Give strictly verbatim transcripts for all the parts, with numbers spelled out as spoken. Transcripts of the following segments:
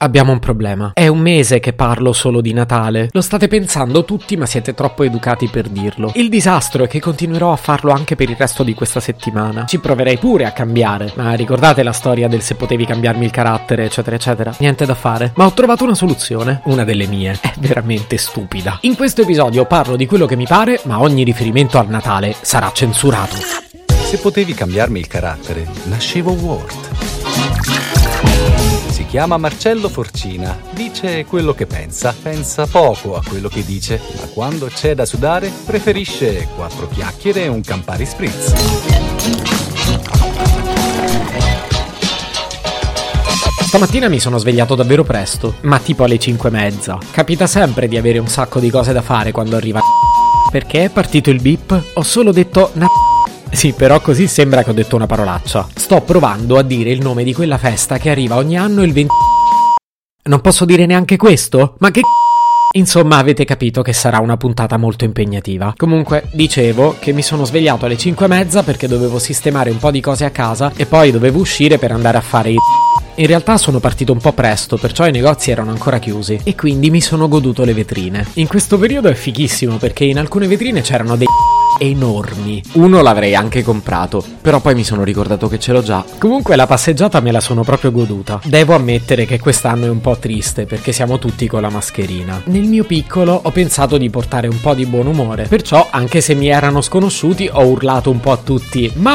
Abbiamo un problema. È un mese che parlo solo di Natale. Lo state pensando tutti, ma siete troppo educati per dirlo. Il disastro è che continuerò a farlo anche per il resto di questa settimana. Ci proverei pure a cambiare, ma ricordate la storia del se potevi cambiarmi il carattere, eccetera, eccetera? Niente da fare. Ma ho trovato una soluzione. Una delle mie. È veramente stupida. In questo episodio parlo di quello che mi pare, ma ogni riferimento al Natale sarà censurato. Se potevi cambiarmi il carattere, nascevo Ward. Si chiama Marcello Forcina, dice quello che pensa, pensa poco a quello che dice, ma quando c'è da sudare preferisce quattro chiacchiere e un Campari Spritz. Stamattina mi sono svegliato davvero presto, ma tipo alle cinque e mezza. Capita sempre di avere un sacco di cose da fare quando arriva. Perché è partito il beep? Ho solo detto na... Sì, però così sembra che ho detto una parolaccia. Sto provando a dire il nome di quella festa che arriva ogni anno il venti... Non posso dire neanche questo? Ma che... Insomma, avete capito che sarà una puntata molto impegnativa. Comunque, dicevo che mi sono svegliato alle cinque e mezza perché dovevo sistemare un po' di cose a casa e poi dovevo uscire per andare a fare i... In realtà sono partito un po' presto, perciò i negozi erano ancora chiusi e quindi mi sono goduto le vetrine. In questo periodo è fighissimo perché in alcune vetrine c'erano dei... enormi. Uno l'avrei anche comprato, però poi mi sono ricordato che ce l'ho già. Comunque la passeggiata me la sono proprio goduta. Devo ammettere che quest'anno è un po' triste perché siamo tutti con la mascherina. Nel mio piccolo ho pensato di portare un po' di buon umore, perciò anche se mi erano sconosciuti ho urlato un po' a tutti: ma...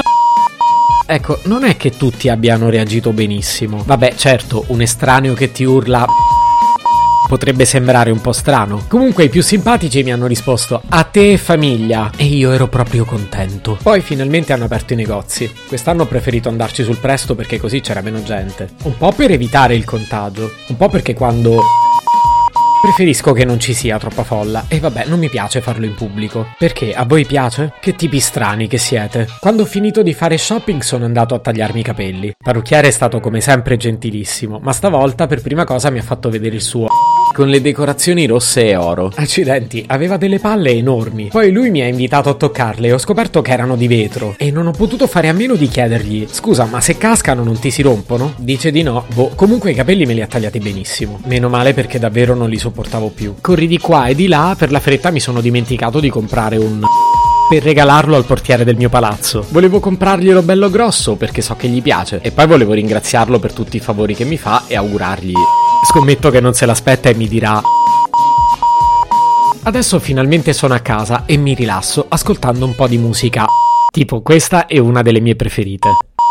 Ecco, non è che tutti abbiano reagito benissimo. Vabbè, certo, un estraneo che ti urla potrebbe sembrare un po' strano. Comunque i più simpatici mi hanno risposto: a te e famiglia. E io ero proprio contento. Poi finalmente hanno aperto i negozi. Quest'anno ho preferito andarci sul presto perché così c'era meno gente. Un po' per evitare il contagio, un po' perché quando... preferisco che non ci sia troppa folla. E vabbè, non mi piace farlo in pubblico. Perché? A voi piace? Che tipi strani che siete. Quando ho finito di fare shopping sono andato a tagliarmi i capelli. Il parrucchiere è stato come sempre gentilissimo, ma stavolta per prima cosa mi ha fatto vedere il suo con le decorazioni rosse e oro. Accidenti, aveva delle palle enormi. Poi lui mi ha invitato a toccarle e ho scoperto che erano di vetro e non ho potuto fare a meno di chiedergli: scusa, ma se cascano non ti si rompono? Dice di no. Boh, comunque i capelli me li ha tagliati benissimo. Meno male perché davvero non li sopportavo più. Corri di qua e di là, per la fretta mi sono dimenticato di comprare un... per regalarlo al portiere del mio palazzo. Volevo comprarglielo bello grosso perché so che gli piace e poi volevo ringraziarlo per tutti i favori che mi fa e augurargli... Scommetto che non se l'aspetta e mi dirà: adesso finalmente sono a casa e mi rilasso ascoltando un po' di musica. Tipo questa è una delle mie preferite.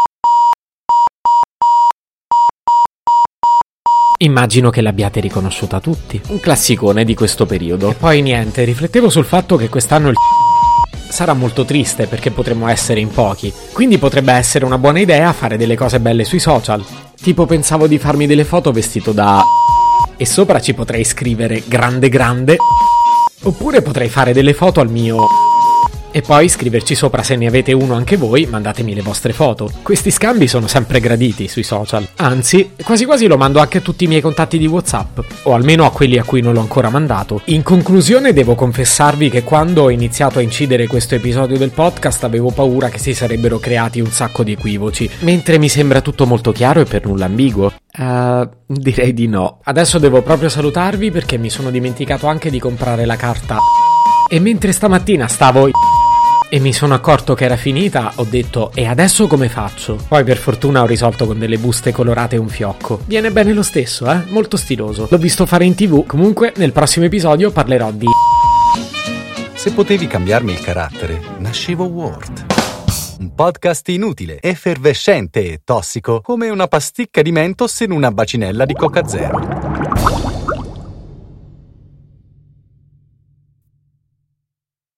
Immagino che l'abbiate riconosciuta tutti. Un classicone di questo periodo. E poi niente, riflettevo sul fatto che quest'anno il sarà molto triste perché potremmo essere in pochi. Quindi potrebbe essere una buona idea fare delle cose belle sui social. Tipo pensavo di farmi delle foto vestito da... e sopra ci potrei scrivere grande grande. Oppure potrei fare delle foto al mio... e poi scriverci sopra: se ne avete uno anche voi, mandatemi le vostre foto. Questi scambi sono sempre graditi sui social. Anzi, quasi quasi lo mando anche a tutti i miei contatti di WhatsApp, o almeno a quelli a cui non l'ho ancora mandato. In conclusione devo confessarvi che quando ho iniziato a incidere questo episodio del podcast avevo paura che si sarebbero creati un sacco di equivoci, mentre mi sembra tutto molto chiaro e per nulla ambiguo. Uh, direi di no. Adesso devo proprio salutarvi perché mi sono dimenticato anche di comprare la carta. E mentre stamattina stavo... e mi sono accorto che era finita, ho detto: e adesso come faccio? Poi per fortuna ho risolto con delle buste colorate e un fiocco. Viene bene lo stesso, eh? Molto stiloso. L'ho visto fare in tv. Comunque nel prossimo episodio parlerò di... Se potevi cambiarmi il carattere, nascevo Ward. Un podcast inutile, effervescente e tossico come una pasticca di Mentos in una bacinella di Coca Zero.